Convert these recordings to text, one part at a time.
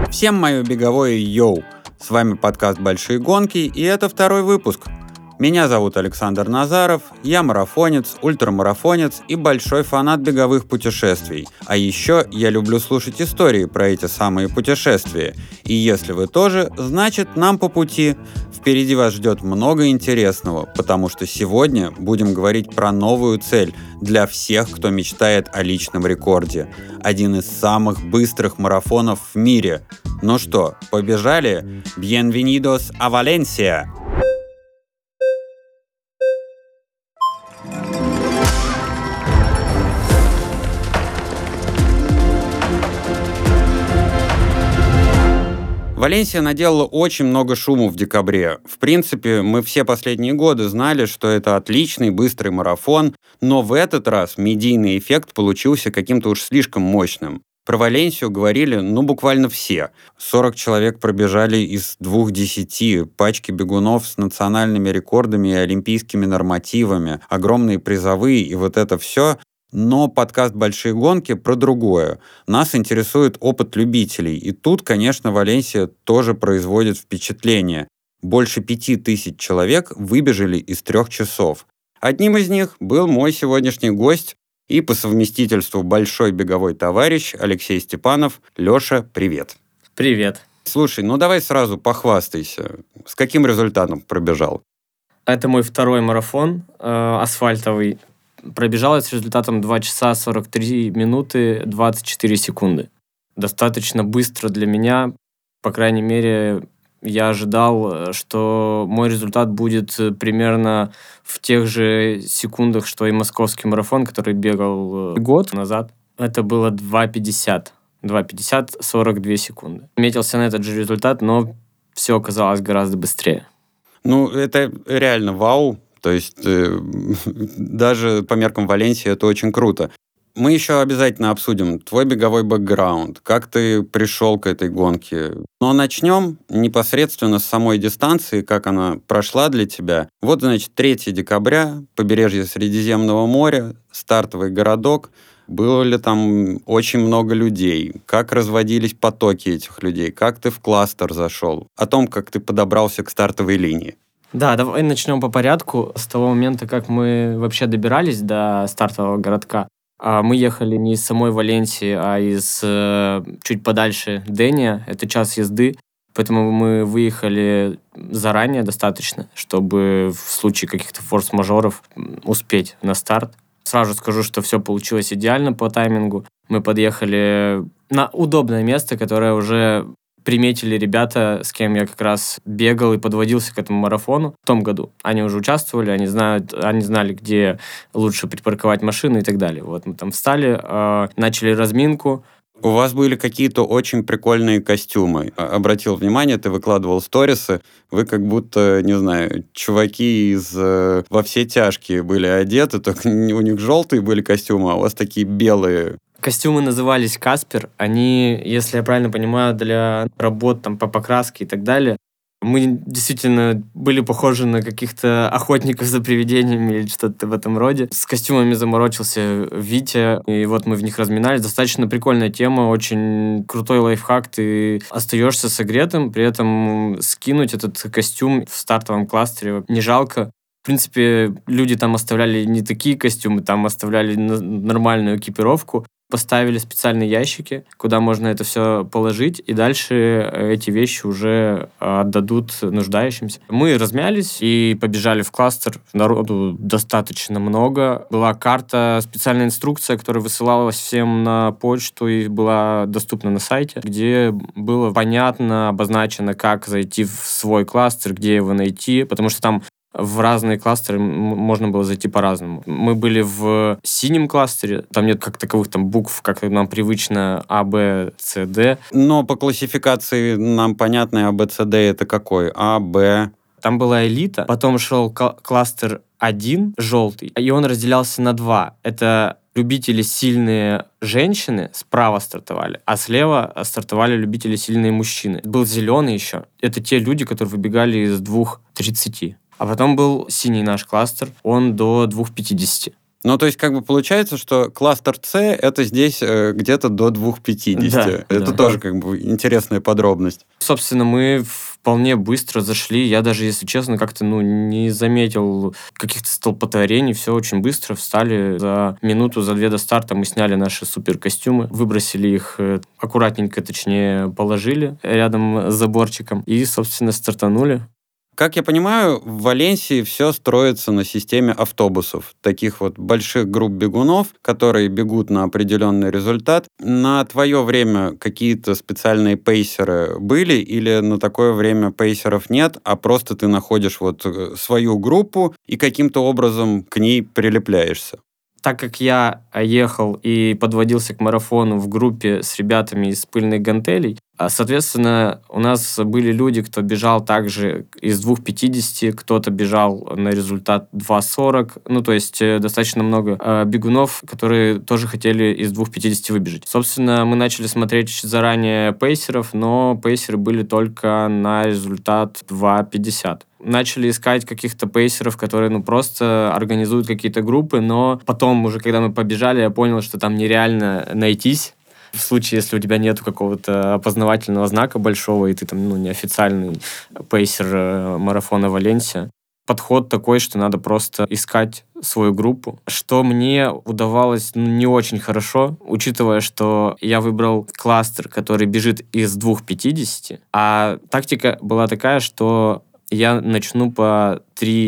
Всем мое беговое йоу! С вами подкаст «Большие гонки», и это второй выпуск. Меня зовут Александр Назаров, я марафонец, ультрамарафонец и большой фанат беговых путешествий. А еще я люблю слушать истории про эти самые путешествия. И если вы тоже, значит нам по пути. Впереди вас ждет много интересного, потому что сегодня будем говорить про новую цель для всех, кто мечтает о личном рекорде. Один из самых быстрых марафонов в мире. Ну что, побежали? Bienvenidos a Valencia! Валенсия наделала очень много шуму в декабре. В принципе, мы все последние годы знали, что это отличный, быстрый марафон, но в этот раз медийный эффект получился каким-то уж слишком мощным. Про Валенсию говорили, буквально все. 40 человек пробежали из 2-10, пачки бегунов с национальными рекордами и олимпийскими нормативами, огромные призовые и вот это все. Но подкаст «Большие гонки» про другое. Нас интересует опыт любителей. И тут, конечно, Валенсия тоже производит впечатление. Больше 5000 человек выбежали из 3 часов. Одним из них был мой сегодняшний гость и по совместительству большой беговой товарищ Алексей Степанов. Леша, привет. Привет. Слушай, давай сразу похвастайся. С каким результатом пробежал? Это мой второй марафон асфальтовый. Пробежал я с результатом 2 часа 43 минуты 24 секунды. Достаточно быстро для меня. По крайней мере, я ожидал, что мой результат будет примерно в тех же секундах, что и московский марафон, который бегал год назад. Это было 2:50. 2:50 42 секунды. Метился на этот же результат, но все оказалось гораздо быстрее. Это реально вау. То есть даже по меркам Валенсии это очень круто. Мы еще обязательно обсудим твой беговой бэкграунд, как ты пришел к этой гонке. Но начнем непосредственно с самой дистанции, как она прошла для тебя. Вот, 3 декабря, побережье Средиземного моря, стартовый городок. Было ли там очень много людей? Как разводились потоки этих людей? Как ты в кластер зашел? О том, как ты подобрался к стартовой линии. Да, давай начнем по порядку. С того момента, как мы вообще добирались до стартового городка, мы ехали не из самой Валенсии, а из чуть подальше Дения. Это час езды. Поэтому мы выехали заранее достаточно, чтобы в случае каких-то форс-мажоров успеть на старт. Сразу скажу, что все получилось идеально по таймингу. Мы подъехали на удобное место, которое уже приметили ребята, с кем я как раз бегал и подводился к этому марафону в том году. Они уже участвовали, они знали, где лучше припарковать машины и так далее. Вот мы там встали, начали разминку. У вас были какие-то очень прикольные костюмы. Обратил внимание, ты выкладывал сторисы, вы как будто, не знаю, чуваки из «Во все тяжкие» были одеты, только у них желтые были костюмы, а у вас такие белые. Костюмы назывались «Каспер». Они, если я правильно понимаю, для работ там, по покраске и так далее. Мы действительно были похожи на каких-то охотников за привидениями или что-то в этом роде. С костюмами заморочился Витя, и вот мы в них разминались. Достаточно прикольная тема, очень крутой лайфхак. Ты остаешься согретым, при этом скинуть этот костюм в стартовом кластере не жалко. В принципе, люди там оставляли не такие костюмы, там оставляли нормальную экипировку. Поставили специальные ящики, куда можно это все положить, и дальше эти вещи уже отдадут нуждающимся. Мы размялись и побежали в кластер. Народу достаточно много. Была карта, специальная инструкция, которая высылалась всем на почту и была доступна на сайте, где было понятно, обозначено, как зайти в свой кластер, где его найти, потому что там в разные кластеры можно было зайти по-разному. Мы были в синем кластере, там нет как таковых там букв, как нам привычно А, Б, С, Д. Но по классификации нам понятно, А, Б, С, Д это какой? А, Б. Там была элита, потом шел кластер 1, желтый, и он разделялся на 2. Это любители сильные женщины справа стартовали, а слева стартовали любители сильные мужчины. Был зеленый еще. Это те люди, которые выбегали из 2:30. А потом был синий наш кластер, он до 2:50. Ну, то есть, как бы получается, что кластер С это здесь где-то до 2,50. Да, Это да. тоже как бы интересная подробность. Собственно, мы вполне быстро зашли. Я даже, если честно, как-то не заметил каких-то столпотворений. Все очень быстро. Встали за минуту, за две до старта. Мы сняли наши суперкостюмы, выбросили их аккуратненько, точнее, положили рядом с заборчиком и, собственно, стартанули. Как я понимаю, в Валенсии все строится на системе автобусов, таких вот больших групп бегунов, которые бегут на определенный результат. На твое время какие-то специальные пейсеры были или на такое время пейсеров нет, а просто ты находишь вот свою группу и каким-то образом к ней прилепляешься? Так как я ехал и подводился к марафону в группе с ребятами из пыльных гантелей, соответственно, у нас были люди, кто бежал также из 2,50, кто-то бежал на результат 2,40. Ну, то есть достаточно много бегунов, которые тоже хотели из 2,50 выбежать. Собственно, мы начали смотреть заранее пейсеров, но пейсеры были только на результат 2,50. Начали искать каких-то пейсеров, которые, просто организуют какие-то группы, но потом уже, когда мы побежали, я понял, что там нереально найтись. В случае, если у тебя нету какого-то опознавательного знака большого, и ты там, неофициальный пейсер марафона Валенсия. Подход такой, что надо просто искать свою группу, что мне удавалось не очень хорошо, учитывая, что я выбрал кластер, который бежит из 2,50, а тактика была такая, что я начну по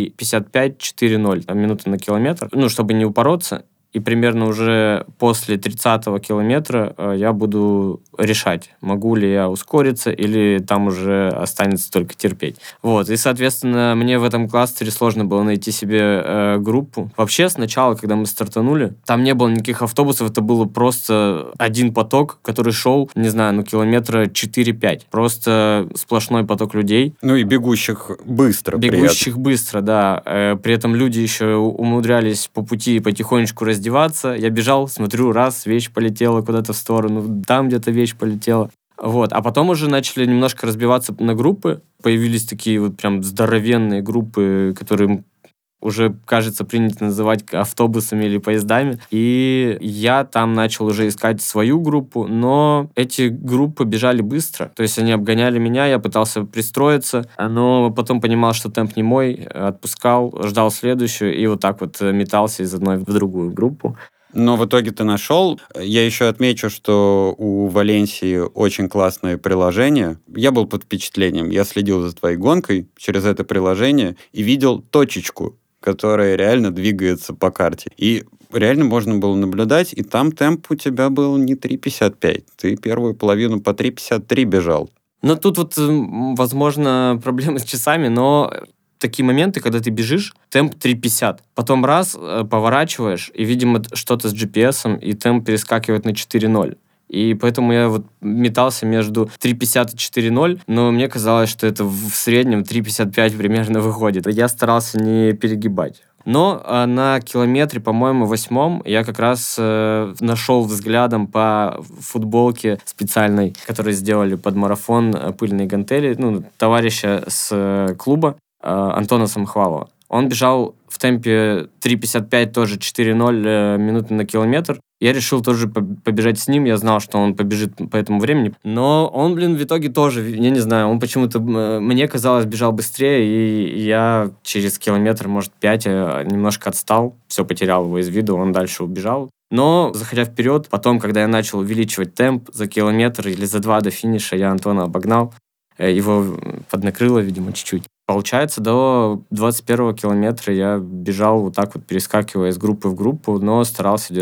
3,55-4,0 минуты на километр, чтобы не упороться. И примерно уже после 30-го километра я буду решать, могу ли я ускориться или там уже останется только терпеть. Вот. И, соответственно, мне в этом кластере сложно было найти себе группу. Вообще, сначала, когда мы стартанули, там не было никаких автобусов, это было просто один поток, который шел, не знаю, километра 4-5. Просто сплошной поток людей. Ну и бегущих быстро. Бегущих быстро, да. При этом люди еще умудрялись по пути потихонечку раздеваться. Я бежал, смотрю, раз, вещь полетела куда-то в сторону, там где-то вещь полетела. Вот. А потом уже начали немножко разбиваться на группы. Появились такие вот прям здоровенные группы, которые уже, кажется, принято называть автобусами или поездами. И я там начал уже искать свою группу, но эти группы бежали быстро. То есть они обгоняли меня, я пытался пристроиться, но потом понимал, что темп не мой, отпускал, ждал следующую и вот так вот метался из одной в другую группу. Но в итоге ты нашел. Я еще отмечу, что у Валенсии очень классное приложение. Я был под впечатлением. Я следил за твоей гонкой через это приложение и видел точечку, которая реально двигается по карте. И реально можно было наблюдать, и там темп у тебя был не 3,55. Ты первую половину по 3,53 бежал. Тут вот, возможно, проблемы с часами, но такие моменты, когда ты бежишь, темп 3,50. Потом раз, поворачиваешь, и, видимо, что-то с GPS, и темп перескакивает на 4,0. И поэтому я вот метался между 3,50 и 4,0, но мне казалось, что это в среднем 3,55 примерно выходит. Я старался не перегибать. Но на километре, по-моему, 8 я как раз нашел взглядом по футболке специальной, которую сделали под марафон «Пыльные гантели», товарища с клуба Антона Самохвалова. Он бежал в темпе 3,55, тоже 4,0 минуты на километр. Я решил тоже побежать с ним. Я знал, что он побежит по этому времени. Но он, в итоге тоже, я не знаю, он почему-то, мне казалось, бежал быстрее, и я через километр, может, 5 немножко отстал. Все, потерял его из виду, он дальше убежал. Но, заходя вперед, потом, когда я начал увеличивать темп за километр или за 2 до финиша, я Антона обогнал. Его поднакрыло, видимо, чуть-чуть. Получается, до 21-го километра я бежал вот так вот, перескакивая из группы в группу, но старался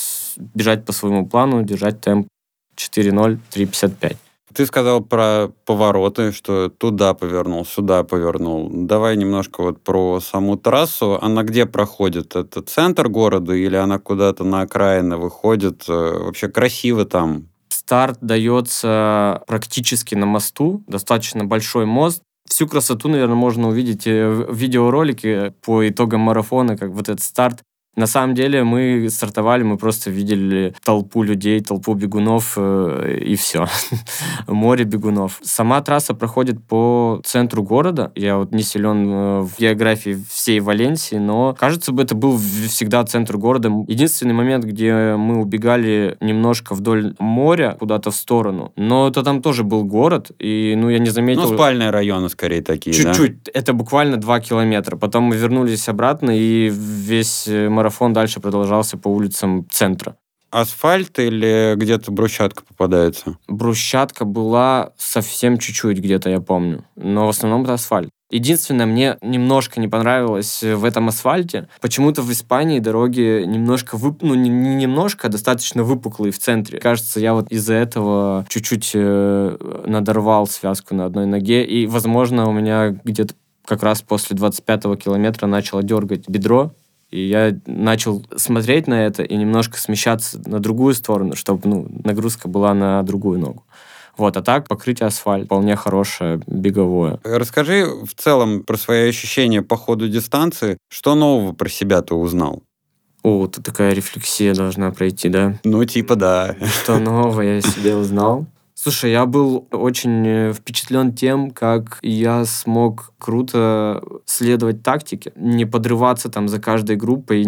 бежать по своему плану, держать темп 4,0, 3,55. Ты сказал про повороты, что туда повернул, сюда повернул. Давай немножко вот про саму трассу. Она где проходит? Это центр города или она куда-то на окраины выходит? Вообще красиво там? Старт дается практически на мосту, достаточно большой мост. Всю красоту, наверное, можно увидеть в видеоролике по итогам марафона, как вот этот старт. На самом деле мы стартовали, мы просто видели толпу людей, толпу бегунов и все. Море бегунов. Сама трасса проходит по центру города. Я вот не силен в географии всей Валенсии, но кажется бы это был всегда центр города. Единственный момент, где мы убегали немножко вдоль моря, куда-то в сторону, но это там тоже был город, и я не заметил... Спальные районы скорее такие, чуть-чуть. Да? Это буквально 2 километра. Потом мы вернулись обратно, и весь марафон дальше продолжался по улицам центра. Асфальт или где-то брусчатка попадается? Брусчатка была совсем чуть-чуть где-то, я помню. Но в основном это асфальт. Единственное, мне немножко не понравилось в этом асфальте. Почему-то в Испании дороги немножко, не немножко, а достаточно выпуклые в центре. Кажется, я вот из-за этого чуть-чуть надорвал связку на одной ноге. И, возможно, у меня где-то как раз после 25-го километра начало дергать бедро. И я начал смотреть на это и немножко смещаться на другую сторону, чтобы нагрузка была на другую ногу. А так покрытие асфальт вполне хорошее, беговое. Расскажи в целом про свои ощущения по ходу дистанции. Что нового про себя ты узнал? Тут такая рефлексия должна пройти, да? Да. Что нового я себе узнал? Слушай, я был очень впечатлен тем, как я смог круто следовать тактике, не подрываться там за каждой группой и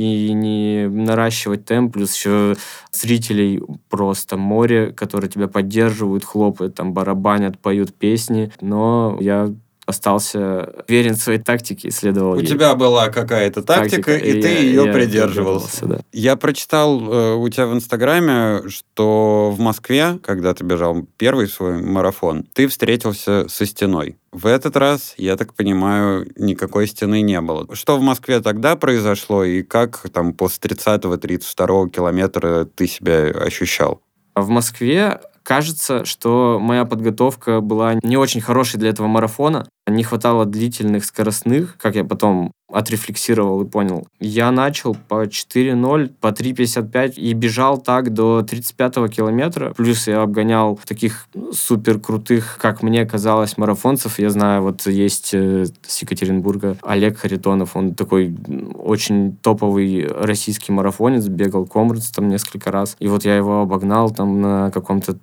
не наращивать темп, плюс еще зрителей просто море, которые тебя поддерживают, хлопают, там барабанят, поют песни, но я остался верен своей тактике и следовал ей. У тебя была какая-то тактика, и ты ее придерживался. Да. Я прочитал у тебя в Инстаграме, что в Москве, когда ты бежал первый свой марафон, ты встретился со стеной. В этот раз, я так понимаю, никакой стены не было. Что в Москве тогда произошло, и как там после 30-32 километра ты себя ощущал? В Москве кажется, что моя подготовка была не очень хорошей для этого марафона. Не хватало длительных скоростных, как я потом отрефлексировал и понял. Я начал по 4.0, по 3.55 и бежал так до 35-го километра. Плюс я обгонял таких супер крутых, как мне казалось, марафонцев. Я знаю, есть с Екатеринбурга Олег Харитонов. Он такой очень топовый российский марафонец, бегал Комрадс там несколько раз. И я его обогнал там на каком-то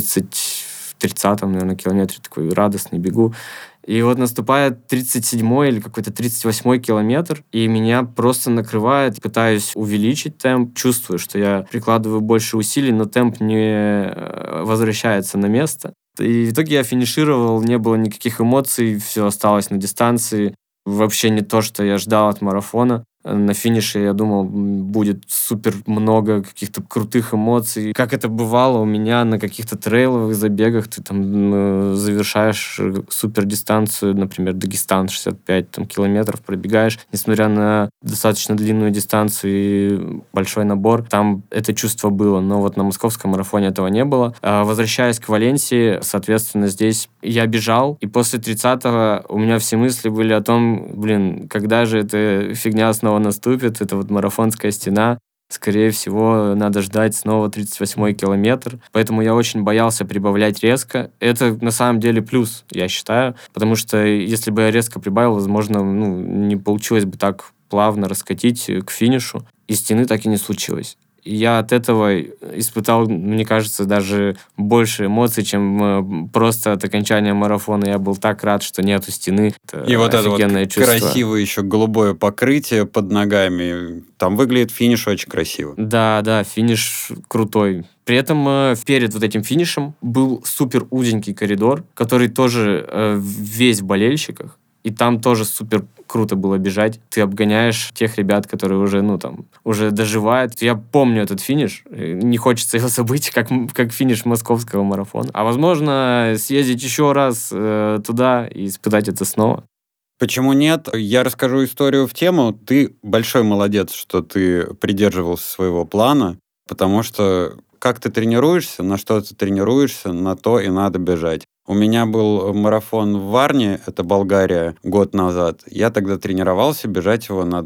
30-м, наверное, километре, такой радостный бегу. И наступает 37-й или какой-то 38-й километр, и меня просто накрывает. Пытаюсь увеличить темп, чувствую, что я прикладываю больше усилий, но темп не возвращается на место. И в итоге я финишировал, не было никаких эмоций, все осталось на дистанции. Вообще не то, что я ждал от марафона. На финише я думал, будет супер много каких-то крутых эмоций. Как это бывало у меня на каких-то трейловых забегах, ты там завершаешь супер дистанцию, например, Дагестан, 65 километров пробегаешь, несмотря на достаточно длинную дистанцию и большой набор, там это чувство было, но на московском марафоне этого не было. Возвращаясь к Валенсии, соответственно, здесь я бежал, и после 30-го у меня все мысли были о том, когда же эта фигня снова наступит, это марафонская стена. Скорее всего, надо ждать снова 38-й километр. Поэтому я очень боялся прибавлять резко. Это на самом деле плюс, я считаю. Потому что если бы я резко прибавил, возможно, не получилось бы так плавно раскатить к финишу. И стены так и не случилось. И я от этого испытал, мне кажется, даже больше эмоций, чем просто от окончания марафона. Я был так рад, что нету стены. Это и офигенное это красивое еще голубое покрытие под ногами. Там выглядит финиш очень красиво. Да, финиш крутой. При этом перед этим финишем был супер узенький коридор, который тоже весь в болельщиках. И там тоже супер круто было бежать. Ты обгоняешь тех ребят, которые уже, уже доживают. Я помню этот финиш. Не хочется его забыть, как финиш московского марафона. А возможно, съездить еще раз туда и испытать это снова. Почему нет? Я расскажу историю в тему. Ты большой молодец, что ты придерживался своего плана, потому что как ты тренируешься, на что ты тренируешься, на то и надо бежать. У меня был марафон в Варне, это Болгария, год назад. Я тогда тренировался бежать его на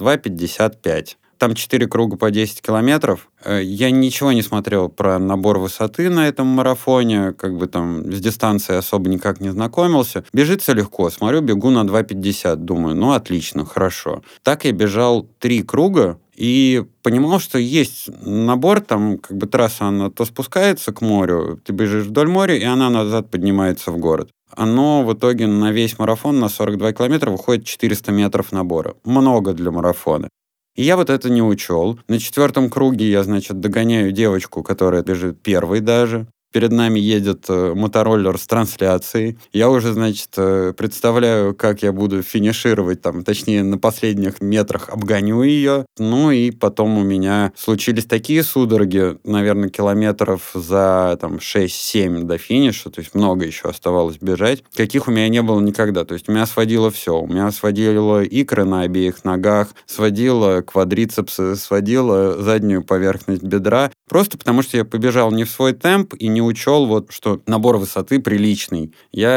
2:55. Там 4 круга по 10 километров. Я ничего не смотрел про набор высоты на этом марафоне, с дистанцией особо никак не знакомился. Бежится легко, смотрю, бегу на 2:50, думаю, отлично, хорошо. Так я бежал 3 круга, И понимал, что есть набор, там как бы трасса, она то спускается к морю, ты бежишь вдоль моря, и она назад поднимается в город. Оно в итоге на весь марафон, на 42 километра, выходит 400 метров набора. Много для марафона. И я вот это не учел. На 4-м круге я, значит, догоняю девочку, которая бежит первой даже. Перед нами едет мотороллер с трансляцией. Я уже, значит, представляю, как я буду финишировать, там, точнее, на последних метрах обгоню ее. Ну и потом у меня случились такие судороги, наверное, километров за там, 6-7 до финиша, то есть много еще оставалось бежать, каких у меня не было никогда. То есть у меня сводило все. У меня сводило икры на обеих ногах, сводило квадрицепсы, сводило заднюю поверхность бедра. Просто потому, что я побежал не в свой темп и не учел, вот, что набор высоты приличный.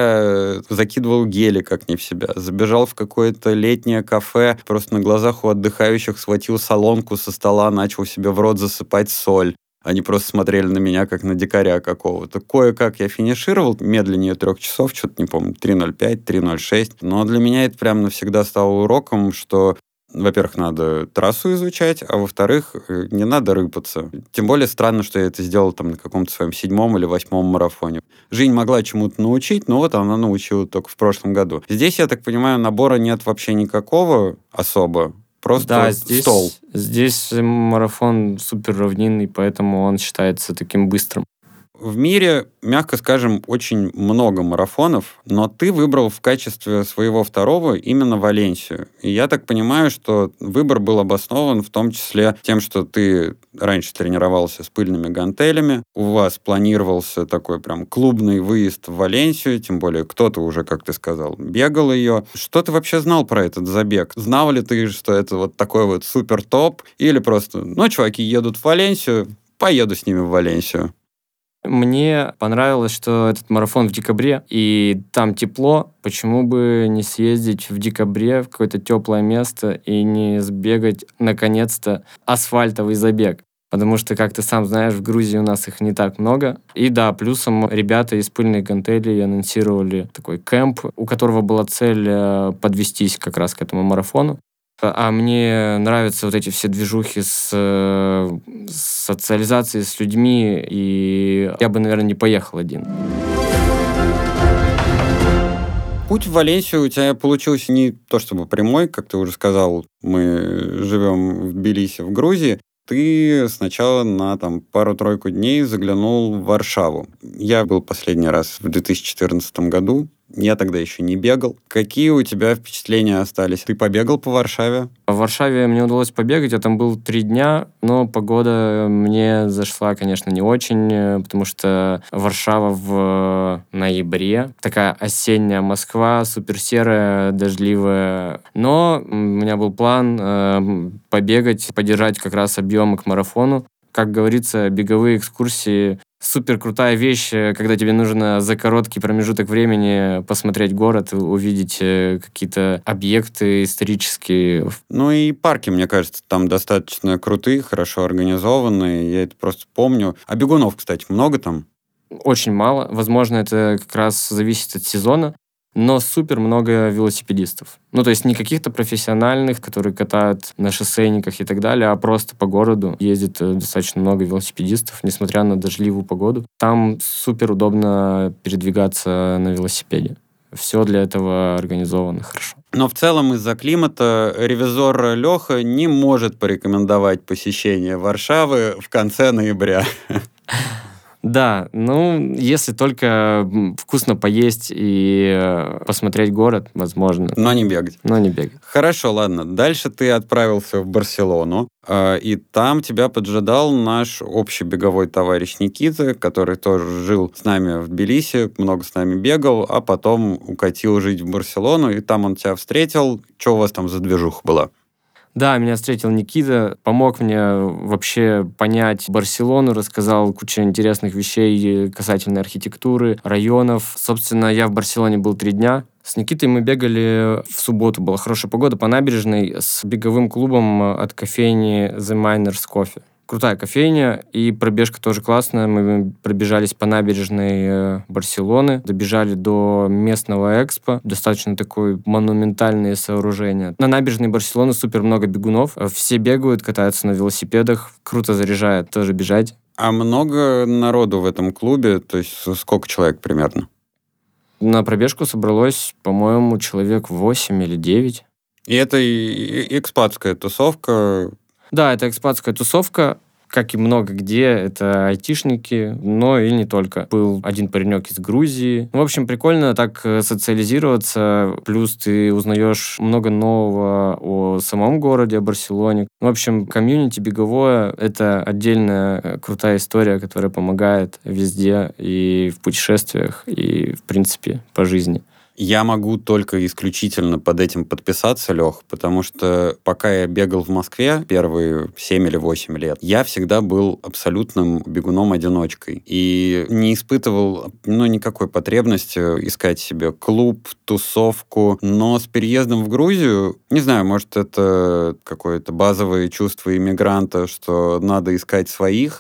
Я закидывал гели как не в себя. Забежал в какое-то летнее кафе, просто на глазах у отдыхающих схватил солонку со стола, начал себе в рот засыпать соль. Они просто смотрели на меня, как на дикаря какого-то. Кое-как я финишировал медленнее 3 часов, что-то не помню, 3:05, 3:06. Но для меня это прям навсегда стало уроком, что во-первых, надо трассу изучать, а во-вторых, не надо рыпаться. Тем более странно, что я это сделал там на каком-то своем 7-м или 8-м марафоне. Жизнь могла чему-то научить, но вот она научила только в прошлом году. Здесь, я так понимаю, набора нет вообще никакого особо. Просто Да, стол. здесь марафон супер равнинный, поэтому он считается таким быстрым. В мире, мягко скажем, очень много марафонов, но ты выбрал в качестве своего второго именно Валенсию. И я так понимаю, что выбор был обоснован в том числе тем, что ты раньше тренировался с пыльными гантелями, у вас планировался такой прям клубный выезд в Валенсию, тем более кто-то уже, как ты сказал, бегал ее. Что ты вообще знал про этот забег? Знал ли ты, что это вот такой вот супер топ? Или просто, ну, чуваки едут в Валенсию, поеду с ними в Валенсию? Мне понравилось, что этот марафон в декабре, и там тепло. Почему бы не съездить в декабре в какое-то теплое место и не сбегать, наконец-то, асфальтовый забег? Потому что, как ты сам знаешь, в Грузии у нас их не так много. И да, плюсом ребята из пыльных гантелей анонсировали такой кемп, у которого была цель подвестись как раз к этому марафону. А мне нравятся вот эти все движухи с социализацией с людьми, и я бы, наверное, не поехал один. Путь в Валенсию у тебя получился не то чтобы прямой, как ты уже сказал, мы живем в Тбилиси, в Грузии. Ты сначала на там пару-тройку дней заглянул в Варшаву. Я был последний раз в 2014 году. Я тогда еще не бегал. Какие у тебя впечатления остались? Ты побегал по Варшаве? В Варшаве мне удалось побегать, я там был 3 дня, но погода мне зашла, конечно, не очень, потому что Варшава в ноябре, такая осенняя Москва, суперсерая, дождливая. Но у меня был план побегать, поддержать как раз объемы к марафону. Как говорится, беговые экскурсии супер крутая вещь, когда тебе нужно за короткий промежуток времени посмотреть город, увидеть какие-то объекты исторические. Ну и парки, мне кажется, там достаточно крутые, хорошо организованные. Я это просто помню. А бегунов, кстати, много там? Очень мало. Возможно, это как раз зависит от сезона. Но супер много велосипедистов. Ну, то есть не каких-то профессиональных, которые катают на шоссейниках и так далее, а просто по городу ездит достаточно много велосипедистов, несмотря на дождливую погоду. Там супер удобно передвигаться на велосипеде. Все для этого организовано хорошо. Но в целом из-за климата ревизор Леха не может порекомендовать посещение Варшавы в конце ноября. Да, ну, если только вкусно поесть и посмотреть город, возможно. Но не бегать. Но не бегать. Хорошо, ладно. Дальше ты отправился в Барселону, и там тебя поджидал наш общий беговой товарищ Никита, который тоже жил с нами в Тбилиси, много с нами бегал, а потом укатил жить в Барселону, и там он тебя встретил. Что у вас там за движуха была? Да, меня встретил Никита, помог мне вообще понять Барселону, рассказал кучу интересных вещей касательно архитектуры, районов. Собственно, я в Барселоне был 3 дня. С Никитой мы бегали в субботу, была хорошая погода, по набережной с беговым клубом от кофейни The Miners Coffee. Крутая кофейня, и пробежка тоже классная. Мы пробежались по набережной Барселоны, добежали до местного экспо. Достаточно такое монументальное сооружение. На набережной Барселоны супер много бегунов. Все бегают, катаются на велосипедах. Круто заряжает тоже бежать. А много народу в этом клубе? То есть сколько человек примерно? На пробежку собралось, по-моему, человек 8 или 9. И это и экспатская тусовка? Да, это экспатская тусовка, как и много где, это айтишники, но и не только. Был один паренек из Грузии. В общем, прикольно так социализироваться, плюс ты узнаешь много нового о самом городе, о Барселоне. В общем, комьюнити беговое — это отдельная крутая история, которая помогает везде, и в путешествиях, и, в принципе, по жизни. Я могу только исключительно под этим подписаться, Лех, потому что пока я бегал в Москве первые 7 или 8 лет, я всегда был абсолютным бегуном-одиночкой и не испытывал никакой потребности искать себе клуб, тусовку. Но с переездом в Грузию, не знаю, может, это какое-то базовое чувство иммигранта, что надо искать своих,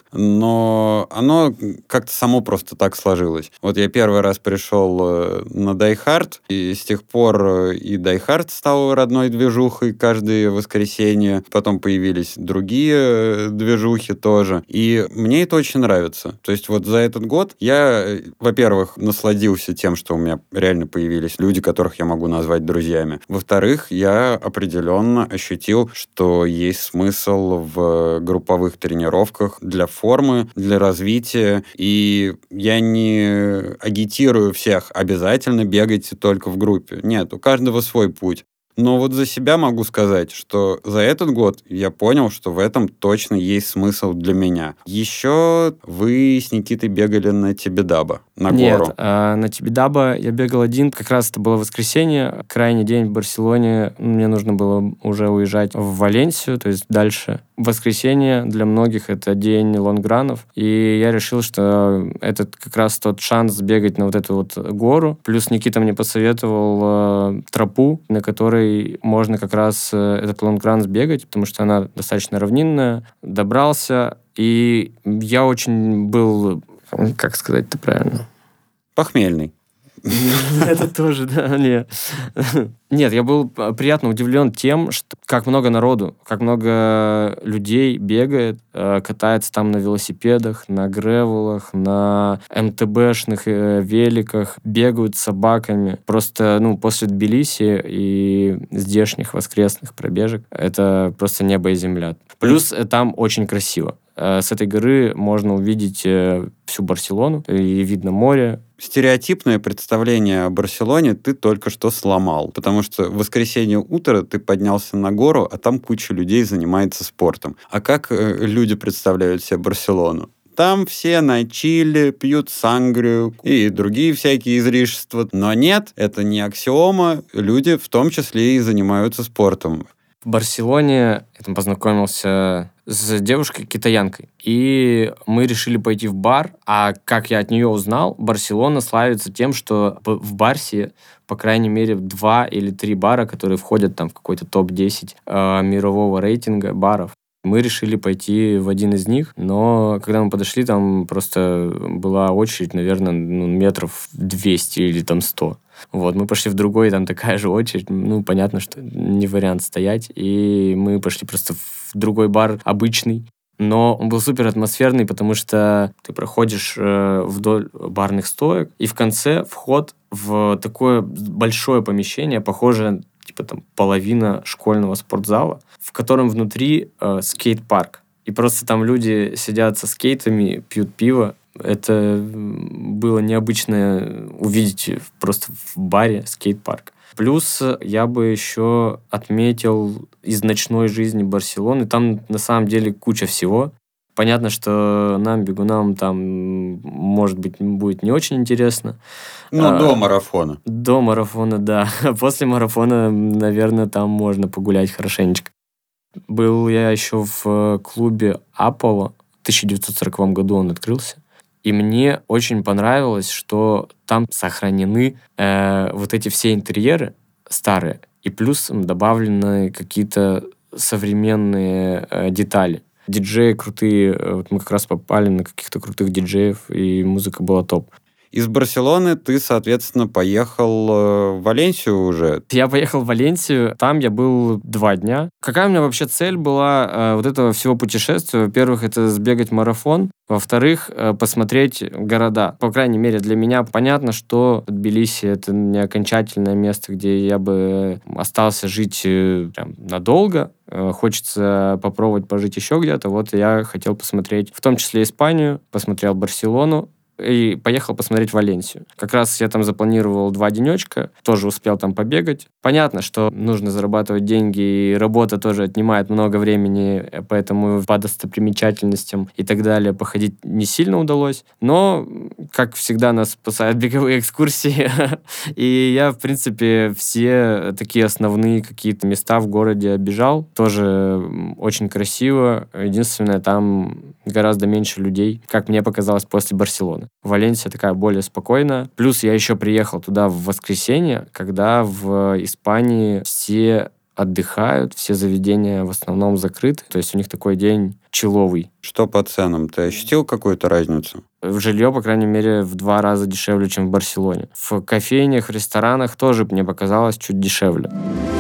но оно как-то само просто так сложилось. Вот я первый раз пришел на Die Hard, и с тех пор и Die Hard стал родной движухой каждое воскресенье. Потом появились другие движухи тоже. И мне это очень нравится. То есть вот за этот год я, во-первых, насладился тем, что у меня реально появились люди, которых я могу назвать друзьями. Во-вторых, я определенно ощутил, что есть смысл в групповых тренировках для формы, для развития. И я не агитирую всех обязательно бегать только в группе. Нет, у каждого свой путь. Но вот за себя могу сказать, что за этот год я понял, что в этом точно есть смысл для меня. Еще вы с Никитой бегали на Тибидаба, на гору. Нет, на Тибидаба я бегал один. Как раз это было воскресенье, крайний день в Барселоне. Мне нужно было уже уезжать в Валенсию, то есть дальше. Воскресенье для многих это день лонгранов. И я решил, что это как раз тот шанс сбегать на вот эту вот гору. Плюс Никита мне посоветовал тропу, на которой можно как раз этот лонгран сбегать, потому что она достаточно равнинная. Добрался, и я очень был, как сказать-то правильно? Похмельный. Это тоже, да, нет. Нет, я был приятно удивлен тем, что как много народу, как много людей бегает, катается там на велосипедах, на гревелах, на МТБшных великах, бегают с собаками. Просто, после Тбилиси и здешних воскресных пробежек это просто небо и земля. Плюс там очень красиво. С этой горы можно увидеть всю Барселону, и видно море. Стереотипное представление о Барселоне ты только что сломал, потому что в воскресенье утро ты поднялся на гору, а там куча людей занимается спортом. А как люди представляют себе Барселону? Там все на чиле, пьют сангрию и другие всякие излишества. Но нет, это не аксиома. Люди в том числе и занимаются спортом. В Барселоне я там познакомился с девушкой-китаянкой. И мы решили пойти в бар. А как я от нее узнал, Барселона славится тем, что в Барсе, по крайней мере, 2 или 3 бара, которые входят там в какой-то топ-10 мирового рейтинга баров. Мы решили пойти в один из них, но когда мы подошли, там просто была очередь, наверное, метров 200 или там 100. Вот, мы пошли в другой, там такая же очередь. Понятно, что не вариант стоять. И мы пошли просто в другой бар, обычный. Но он был супер атмосферный, потому что ты проходишь вдоль барных стоек, и в конце вход в такое большое помещение, похожее, типа там половина школьного спортзала, в котором внутри скейт-парк. И просто там люди сидят со скейтами, пьют пиво. Это было необычно увидеть просто в баре скейт-парк. Плюс я бы еще отметил из ночной жизни Барселоны. Там на самом деле куча всего. Понятно, что нам, бегунам, там, может быть, будет не очень интересно. До марафона. До марафона, да. После марафона, наверное, там можно погулять хорошенечко. Был я еще в клубе Аполло. В 1940 году он открылся. И мне очень понравилось, что там сохранены вот эти все интерьеры старые, и плюс добавлены какие-то современные детали. Диджеи крутые. Вот мы как раз попали на каких-то крутых диджеев, и музыка была топ. Из Барселоны ты, соответственно, поехал в Валенсию уже. Я поехал в Валенсию, там я был 2 дня. Какая у меня вообще цель была вот этого всего путешествия? Во-первых, это сбегать марафон. Во-вторых, посмотреть города. По крайней мере, для меня понятно, что Тбилиси — это не окончательное место, где я бы остался жить прям надолго. Хочется попробовать пожить еще где-то. Вот я хотел посмотреть, в том числе Испанию, посмотрел Барселону, и поехал посмотреть Валенсию. Как раз я там запланировал 2 денечка, тоже успел там побегать. Понятно, что нужно зарабатывать деньги, и работа тоже отнимает много времени, поэтому по достопримечательностям и так далее походить не сильно удалось. Но, как всегда, нас спасают беговые экскурсии. И я, в принципе, все такие основные какие-то места в городе обежал. Тоже очень красиво. Единственное, там гораздо меньше людей, как мне показалось, после Барселоны. Валенсия такая более спокойная. Плюс я еще приехал туда в воскресенье, когда в Испании все отдыхают, все заведения в основном закрыты. То есть у них такой день чилловый. Что по ценам? Ты ощутил какую-то разницу? Жилье, по крайней мере, в 2 раза дешевле, чем в Барселоне. В кофейнях, ресторанах тоже мне показалось чуть дешевле.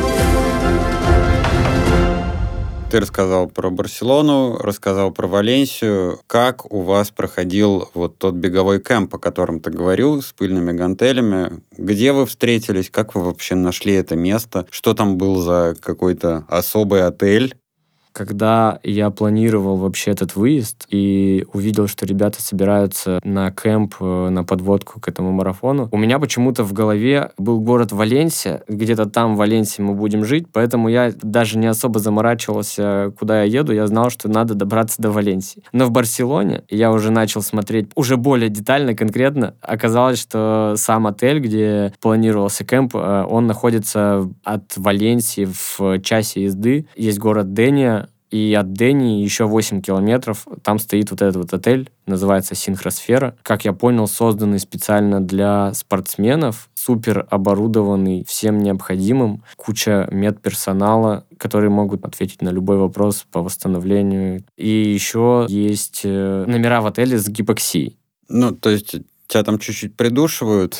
Ты рассказал про Барселону, рассказал про Валенсию. Как у вас проходил вот тот беговой кэмп, о котором ты говорил, с пыльными гантелями? Где вы встретились? Как вы вообще нашли это место? Что там был за какой-то особый отель? Когда я планировал вообще этот выезд и увидел, что ребята собираются на кемп, на подводку к этому марафону, у меня почему-то в голове был город Валенсия, где-то там в Валенсии мы будем жить, поэтому я даже не особо заморачивался, куда я еду, я знал, что надо добраться до Валенсии. Но в Барселоне я уже начал смотреть уже более детально, конкретно. Оказалось, что сам отель, где планировался кемп, он находится от Валенсии в часе езды. Есть город Дения, и от Дении еще 8 километров. Там стоит вот этот вот отель, называется «Синхросфера». Как я понял, созданный специально для спортсменов, супер оборудованный всем необходимым, куча медперсонала, которые могут ответить на любой вопрос по восстановлению. И еще есть номера в отеле с гипоксией. Ну, то есть тебя там чуть-чуть придушивают?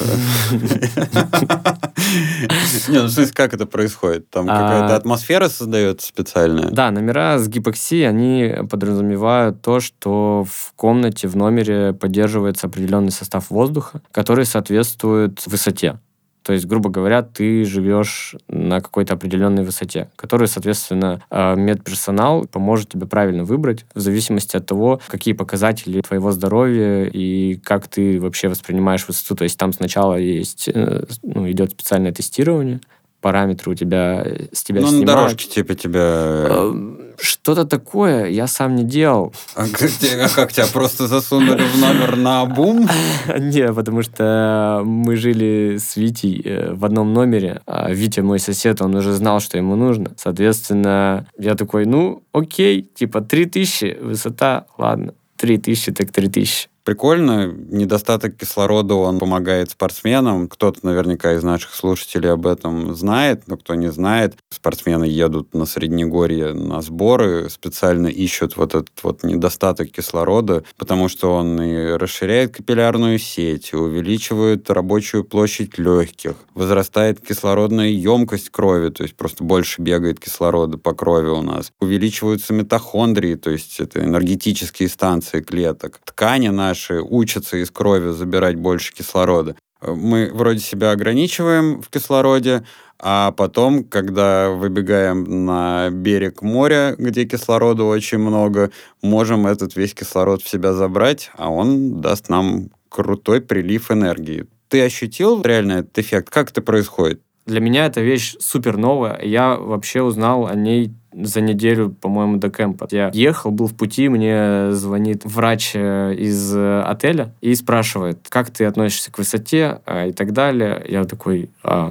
Не, ну, в смысле, как это происходит? Там какая-то атмосфера создается специальная? Да, номера с гипоксией, они подразумевают то, что в комнате, в номере поддерживается определенный состав воздуха, который соответствует высоте. То есть, грубо говоря, ты живешь на какой-то определенной высоте, которую, соответственно, медперсонал поможет тебе правильно выбрать в зависимости от того, какие показатели твоего здоровья и как ты вообще воспринимаешь высоту. То есть там сначала есть, идет специальное тестирование, параметры у тебя с тебя снимают. Ну, на дорожке типа тебя... Что-то такое я сам не делал. А как тебя просто засунули в номер наобум? Не, потому что мы жили с Витей в одном номере. А Витя, мой сосед, он уже знал, что ему нужно. Соответственно, я такой, окей, типа 3000 высота, ладно. 3000 так 3000. Прикольно. Недостаток кислорода, он помогает спортсменам. Кто-то наверняка из наших слушателей об этом знает, но кто не знает, спортсмены едут на Среднегорье на сборы, специально ищут вот этот вот недостаток кислорода, потому что он и расширяет капиллярную сеть, и увеличивает рабочую площадь легких, возрастает кислородная емкость крови, то есть просто больше бегает кислорода по крови у нас. Увеличиваются митохондрии, то есть это энергетические станции клеток. Ткани наши учатся из крови забирать больше кислорода. Мы вроде себя ограничиваем в кислороде, а потом, когда выбегаем на берег моря, где кислорода очень много, можем этот весь кислород в себя забрать, а он даст нам крутой прилив энергии. Ты ощутил реально этот эффект? Как это происходит? Для меня эта вещь супер новая. Я вообще узнал о ней за неделю, по-моему, до кемпа. Я ехал, был в пути, мне звонит врач из отеля и спрашивает, как ты относишься к высоте и так далее. Я такой,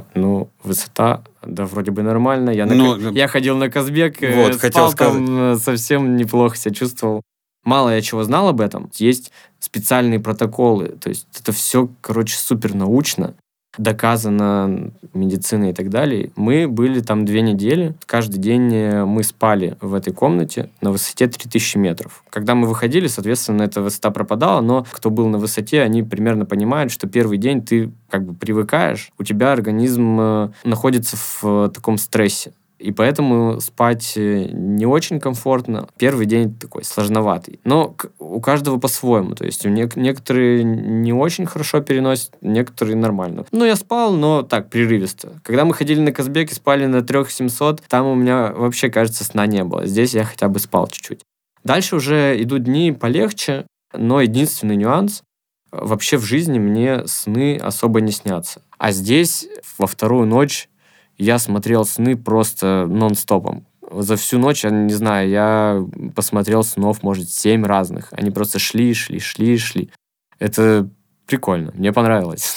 высота, да, вроде бы нормально. Я ходил на Казбек, спал там, совсем неплохо себя чувствовал. Мало я чего знал об этом. Есть специальные протоколы. То есть это все, супер научно. доказано медициной и так далее. Мы были там 2 недели. Каждый день мы спали в этой комнате на высоте 3000 метров. Когда мы выходили, соответственно, эта высота пропадала, но кто был на высоте, они примерно понимают, что первый день ты как бы привыкаешь, у тебя организм находится в таком стрессе. И поэтому спать не очень комфортно. Первый день такой сложноватый. Но у каждого по-своему. То есть некоторые не очень хорошо переносят, некоторые нормально. Ну, я спал, но так, прерывисто. Когда мы ходили на Казбек и спали на 3700, там у меня вообще, кажется, сна не было. Здесь я хотя бы спал чуть-чуть. Дальше уже идут дни полегче, но единственный нюанс — вообще в жизни мне сны особо не снятся. А здесь во вторую ночь я смотрел сны просто нон-стопом. За всю ночь, я не знаю, я посмотрел снов, может, 7 разных. Они просто шли. Это прикольно, мне понравилось.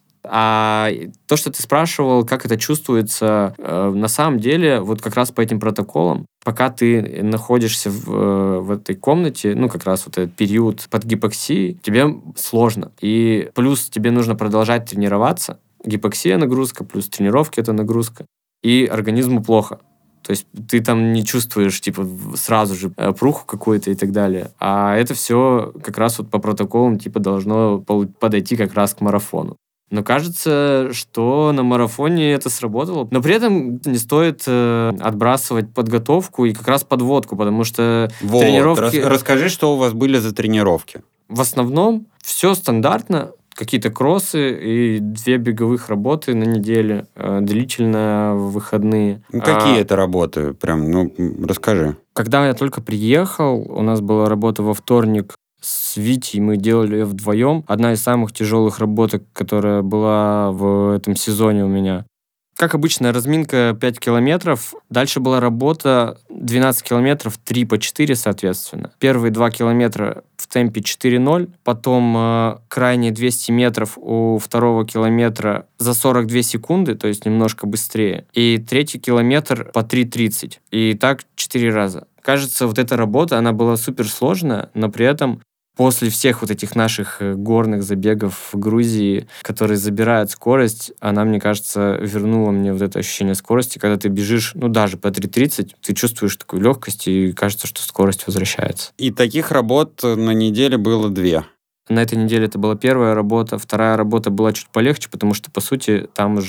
А то, что ты спрашивал, как это чувствуется, на самом деле, вот как раз по этим протоколам, пока ты находишься в этой комнате, ну, как раз вот этот период под гипоксией, тебе сложно. И плюс тебе нужно продолжать тренироваться. Гипоксия — нагрузка, плюс тренировки — это нагрузка. И организму плохо. То есть ты там не чувствуешь, типа, сразу же пруху какую-то и так далее. А это все как раз вот по протоколам, типа, должно подойти как раз к марафону. Но кажется, что на марафоне это сработало. Но при этом не стоит отбрасывать подготовку и как раз подводку, потому что тренировки... Расскажи, что у вас были за тренировки. В основном все стандартно. Какие-то кроссы и 2 беговых работы на неделе, длительно в выходные. Какие это работы? Прям, расскажи. Когда я только приехал, у нас была работа во вторник с Витей, мы делали ее вдвоем. Одна из самых тяжелых работок, которая была в этом сезоне у меня. Как обычно, разминка 5 километров. Дальше была работа 12 километров, 3 по 4, соответственно. Первые 2 километра в темпе 4:0. Потом крайние 200 метров у второго километра за 42 секунды, то есть немножко быстрее. И третий километр по 3:30. И так 4 раза. Кажется, вот эта работа, она была суперсложная, но при этом после всех вот этих наших горных забегов в Грузии, которые забирают скорость, она, мне кажется, вернула мне вот это ощущение скорости. Когда ты бежишь, даже по 3:30, ты чувствуешь такую легкость, и кажется, что скорость возвращается. И таких работ на неделе было 2. На этой неделе это была первая работа. Вторая работа была чуть полегче, потому что, по сути, там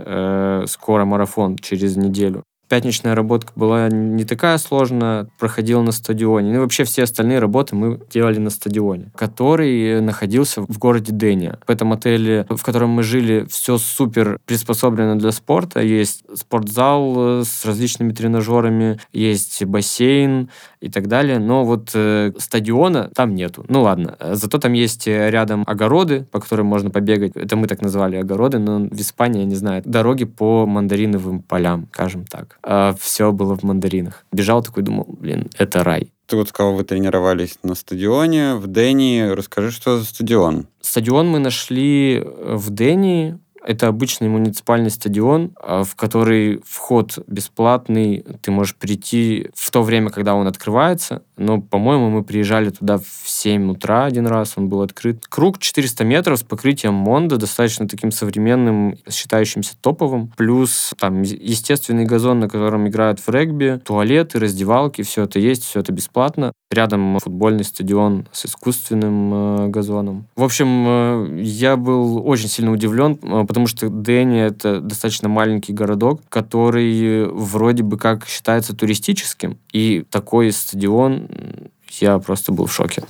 уже скоро марафон через неделю. Пятничная работа была не такая сложная, проходила на стадионе. Ну и вообще все остальные работы мы делали на стадионе, который находился в городе Дения. В этом отеле, в котором мы жили, все супер приспособлено для спорта. Есть спортзал с различными тренажерами, есть бассейн и так далее. Но вот стадиона там нету. Ну ладно. Зато там есть рядом огороды, по которым можно побегать. Это мы так называли огороды, но в Испании, я не знаю, дороги по мандариновым полям, скажем так. Все было в мандаринах. Бежал такой, думал, это рай. Ты вот сказал, вы тренировались на стадионе в Дении. Расскажи, что за стадион? Стадион мы нашли в Дении. Это обычный муниципальный стадион, в который вход бесплатный. Ты можешь прийти в то время, когда он открывается. Но, по-моему, мы приезжали туда в 7 утра один раз, он был открыт. Круг 400 метров с покрытием Мондо, достаточно таким современным, считающимся топовым. Плюс там естественный газон, на котором играют в регби, туалеты, раздевалки, все это есть, все это бесплатно. Рядом футбольный стадион с искусственным газоном. В общем, я был очень сильно удивлен, потому что Дения — это достаточно маленький городок, который вроде бы как считается туристическим. И такой стадион, я просто был в шоке.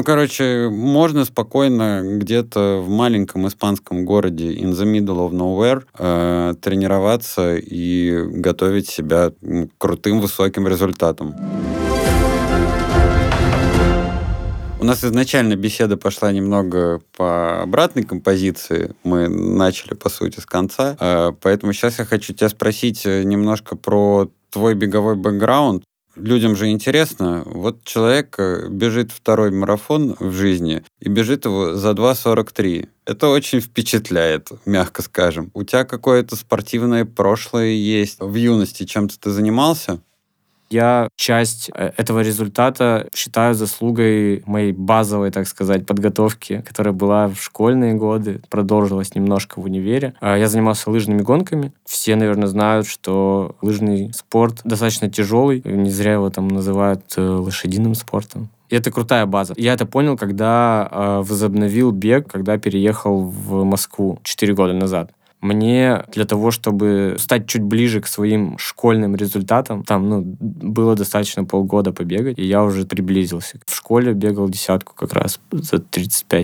Можно спокойно где-то в маленьком испанском городе in the middle of nowhere тренироваться и готовить себя к крутым высоким результатам. У нас изначально беседа пошла немного по обратной композиции. Мы начали, по сути, с конца. Поэтому сейчас я хочу тебя спросить немножко про твой беговой бэкграунд. Людям же интересно. Вот человек бежит второй марафон в жизни и бежит его за 2:43. Это очень впечатляет, мягко скажем. У тебя какое-то спортивное прошлое есть? В юности чем-то ты занимался? Я часть этого результата считаю заслугой моей базовой, так сказать, подготовки, которая была в школьные годы, продолжилась немножко в универе. Я занимался лыжными гонками. Все, наверное, знают, что лыжный спорт достаточно тяжелый. Не зря его там называют лошадиным спортом. И это крутая база. Я это понял, когда возобновил бег, когда переехал в Москву 4 года назад. Мне для того, чтобы стать чуть ближе к своим школьным результатам, там, было достаточно полгода побегать, и я уже приблизился. В школе бегал десятку как раз за 35.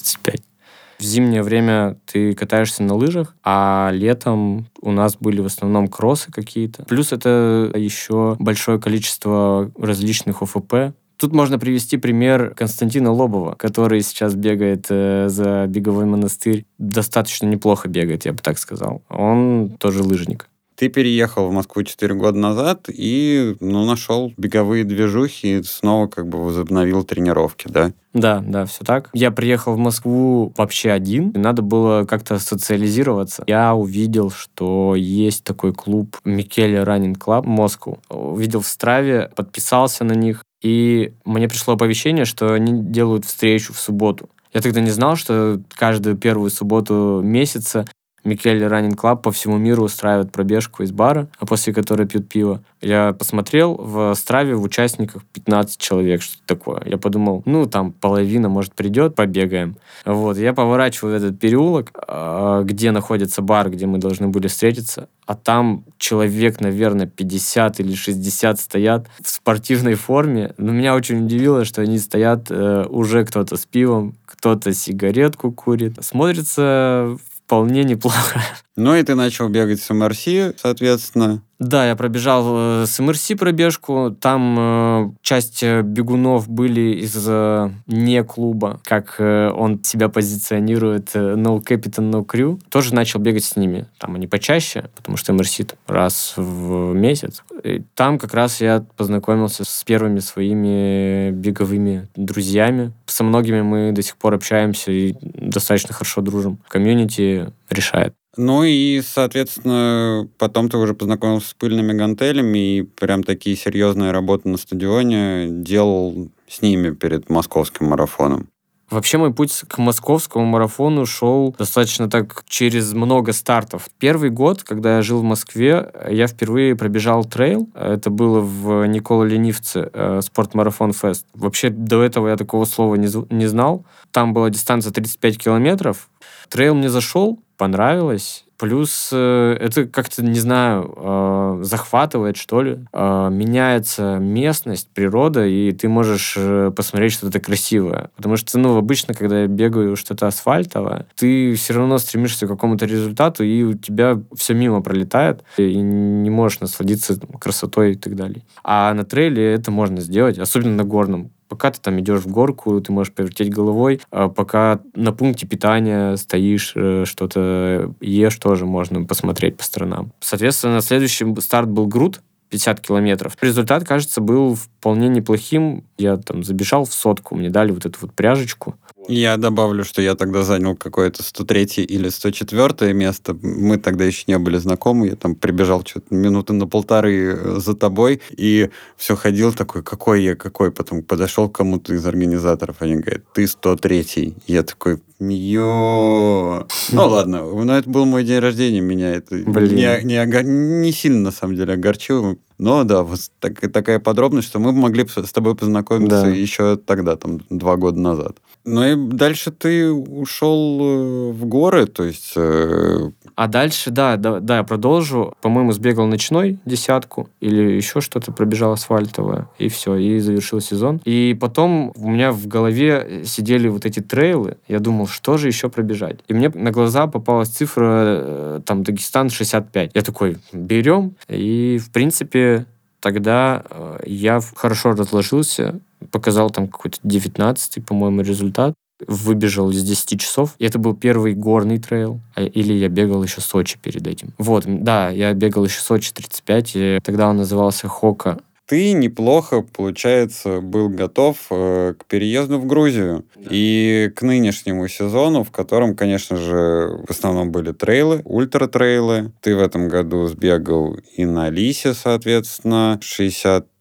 В зимнее время ты катаешься на лыжах, а летом у нас были в основном кроссы какие-то. Плюс это еще большое количество различных ОФП. Тут можно привести пример Константина Лобова, который сейчас бегает за беговой монастырь. Достаточно неплохо бегает, я бы так сказал. Он тоже лыжник. Ты переехал в Москву 4 года назад и нашел беговые движухи и снова как бы возобновил тренировки, да? Да, все так. Я приехал в Москву вообще один, и надо было как-то социализироваться. Я увидел, что есть такой клуб Микеле Running Club Moscow. Увидел в Страве, подписался на них, и мне пришло оповещение, что они делают встречу в субботу. Я тогда не знал, что каждую первую субботу месяца Микеле Running Club по всему миру устраивает пробежку из бара, а после которой пьют пиво. Я посмотрел, в Страве в участниках 15 человек, что-то такое. Я подумал, там половина, может, придет, побегаем. Вот, я поворачиваю этот переулок, где находится бар, где мы должны были встретиться, а там человек, наверное, 50 или 60 стоят в спортивной форме. Но меня очень удивило, что они стоят уже кто-то с пивом, кто-то сигаретку курит. Смотрится вполне неплохо. И ты начал бегать с МРС, соответственно. Да, я пробежал с МРС пробежку. Там часть бегунов были из не клуба, как он себя позиционирует, No Captain, No Crew. Тоже начал бегать с ними. Там они почаще, потому что МРС раз в месяц. И там как раз я познакомился с первыми своими беговыми друзьями. Со многими мы до сих пор общаемся и достаточно хорошо дружим. Комьюнити решает. И, соответственно, потом ты уже познакомился с пыльными гантелями и прям такие серьезные работы на стадионе делал с ними перед московским марафоном. Вообще мой путь к московскому марафону шел достаточно так через много стартов. Первый год, когда я жил в Москве, я впервые пробежал трейл. Это было в Никола-Ленивце, спортмарафон фест. Вообще до этого я такого слова не знал. Там была дистанция 35 километров. Трейл мне зашел, понравилось. Плюс это как-то, не знаю, захватывает, что ли. Меняется местность, природа, и ты можешь посмотреть что-то красивое. Потому что, обычно, когда я бегаю что-то асфальтовое, ты все равно стремишься к какому-то результату, и у тебя все мимо пролетает, и не можешь насладиться красотой и так далее. А на трейле это можно сделать, особенно на горном. Пока ты там идешь в горку, ты можешь повертеть головой, а пока на пункте питания стоишь, что-то ешь, тоже можно посмотреть по сторонам. Соответственно, следующий старт был Груд, 50 километров. Результат, кажется, был вполне неплохим. Я там забежал в 100, мне дали вот эту вот пряжечку. Я добавлю, что я тогда занял какое-то 103 или 104 место. Мы тогда еще не были знакомы. Я там прибежал что-то минуты на полторы за тобой и все ходил такой, какой я, какой. Потом подошел к кому-то из организаторов, они говорят, ты 103-й. Я такой, ладно, но это был мой день рождения, меня это не сильно, на самом деле, огорчило. Но да, вот такая подробность, что мы могли с тобой познакомиться еще тогда, там, 2 года назад. И дальше ты ушел в горы, то есть... А дальше, да, я продолжу. По-моему, сбегал ночной 10 или еще что-то, пробежал асфальтовое, и все, и завершил сезон. И потом у меня в голове сидели вот эти трейлы. Я думал, что же еще пробежать? И мне на глаза попалась цифра, там, Дагестан 65. Я такой, берем. И, в принципе, тогда я хорошо разложился, показал там какой-то 19-й, по-моему, результат. Выбежал из 10 часов. И это был первый горный трейл. Или я бегал еще Сочи перед этим. Вот, да, я бегал еще Сочи 35. И тогда он назывался Хока. Ты неплохо, получается, был готов к переезду в Грузию. Да. И к нынешнему сезону, в котором, конечно же, в основном были трейлы, ультратрейлы. Ты в этом году сбегал и на Лисе, соответственно, 60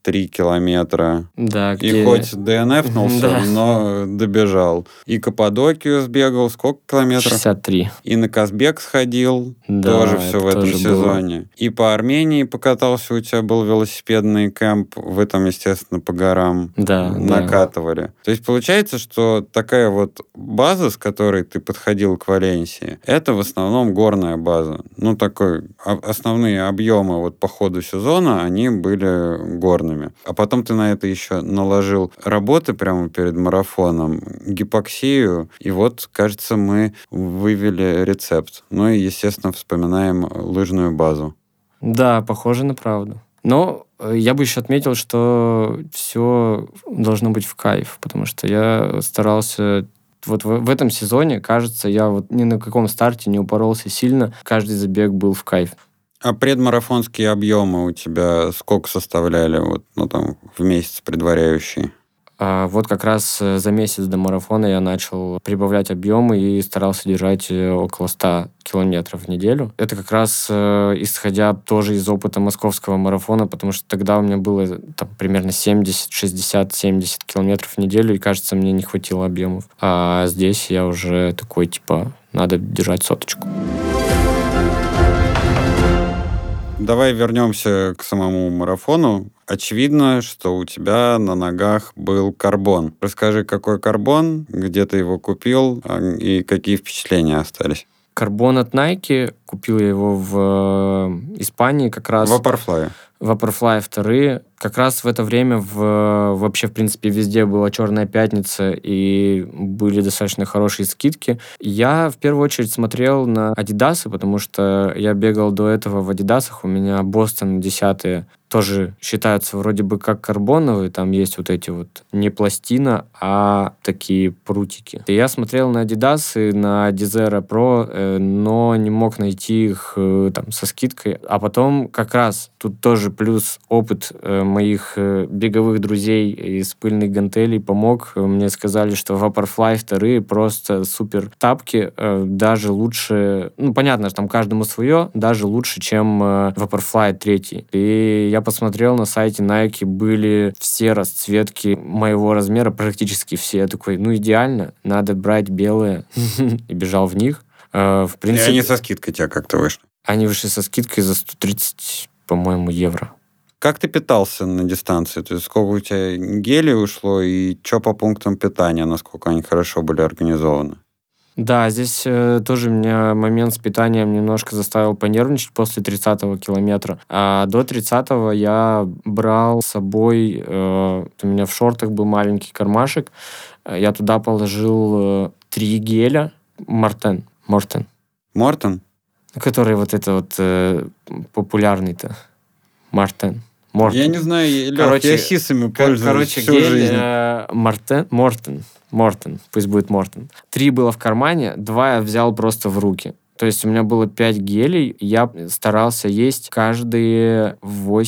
3 километра. Да, И где... хоть ДНФнулся, Да. но добежал. И Каппадокию сбегал, сколько километров? 63. И на Казбек сходил, Да, тоже все это в этом тоже сезоне. И по Армении покатался, у тебя был велосипедный кемп, в этом, естественно, по горам Да, да. накатывали. То есть получается, что такая вот база, с которой ты подходил к Валенсии, это в основном горная база. Ну, такой основные объемы вот по ходу сезона, они были горными. А потом ты на это еще наложил работы прямо перед марафоном, гипоксию, и вот, кажется, мы вывели рецепт. Ну и, естественно, вспоминаем лыжную базу. Да, похоже на правду. Но я бы еще отметил, что все должно быть в кайф, потому что я старался... Вот в этом сезоне, кажется, я вот ни на каком старте не упоролся сильно. Каждый забег был в кайф. А предмарафонские объемы у тебя сколько составляли вот, ну, там, в месяц предваряющие? Вот как раз за месяц до марафона я начал прибавлять объемы и старался держать около 100 километров в неделю. Это как раз исходя тоже из опыта московского марафона, потому что тогда у меня было там, примерно 70, 60, 70 километров в неделю, и, кажется, мне не хватило объемов. А здесь я уже такой, типа, надо держать 100. Давай вернемся к самому марафону. Очевидно, что у тебя на ногах был карбон. Расскажи, какой карбон, где ты его купил и какие впечатления остались? Карбон от Nike. Купил я его в Испании как раз. Vaporfly. Vaporfly 2. Как раз в это время вообще, в принципе, везде была Черная пятница, и были достаточно хорошие скидки. Я в первую очередь смотрел на Адидасы, потому что я бегал до этого в Адидасах. У меня Бостон 10 тоже считаются вроде бы как карбоновые. Там есть вот эти вот не пластина, а такие прутики. И я смотрел на Адидасы, на Adizero Pro, но не мог найти их там со скидкой. А потом как раз тут тоже плюс опыт моих беговых друзей из пыльных гантелей помог. Мне сказали, что Vaporfly 2 просто супер тапки, даже лучше, ну, понятно, что там каждому свое, даже лучше, чем Vaporfly 3. И я посмотрел на сайте Nike, были все расцветки моего размера, практически все. Я такой, ну, идеально, надо брать белые. И бежал в них. В принципе, И они со скидкой тебя как-то вышли. Они вышли со скидкой за 130, по-моему, евро. Как ты питался на дистанции? То есть сколько у тебя гелей ушло и что по пунктам питания, насколько они хорошо были организованы? Да, здесь тоже меня момент с питанием немножко заставил понервничать после 30-го километра. А до 30-го я брал с собой... у меня в шортах был маленький кармашек. Я туда положил 3 геля Мортен. Мортен? Который вот это вот популярный-то. Мортен. Я не знаю, Лёх, я сисами пользуюсь всю жизнь. Мортен. Пусть будет Мортен. 3 было в кармане, 2 я взял просто в руки. То есть у меня было 5 гелей, я старался есть каждые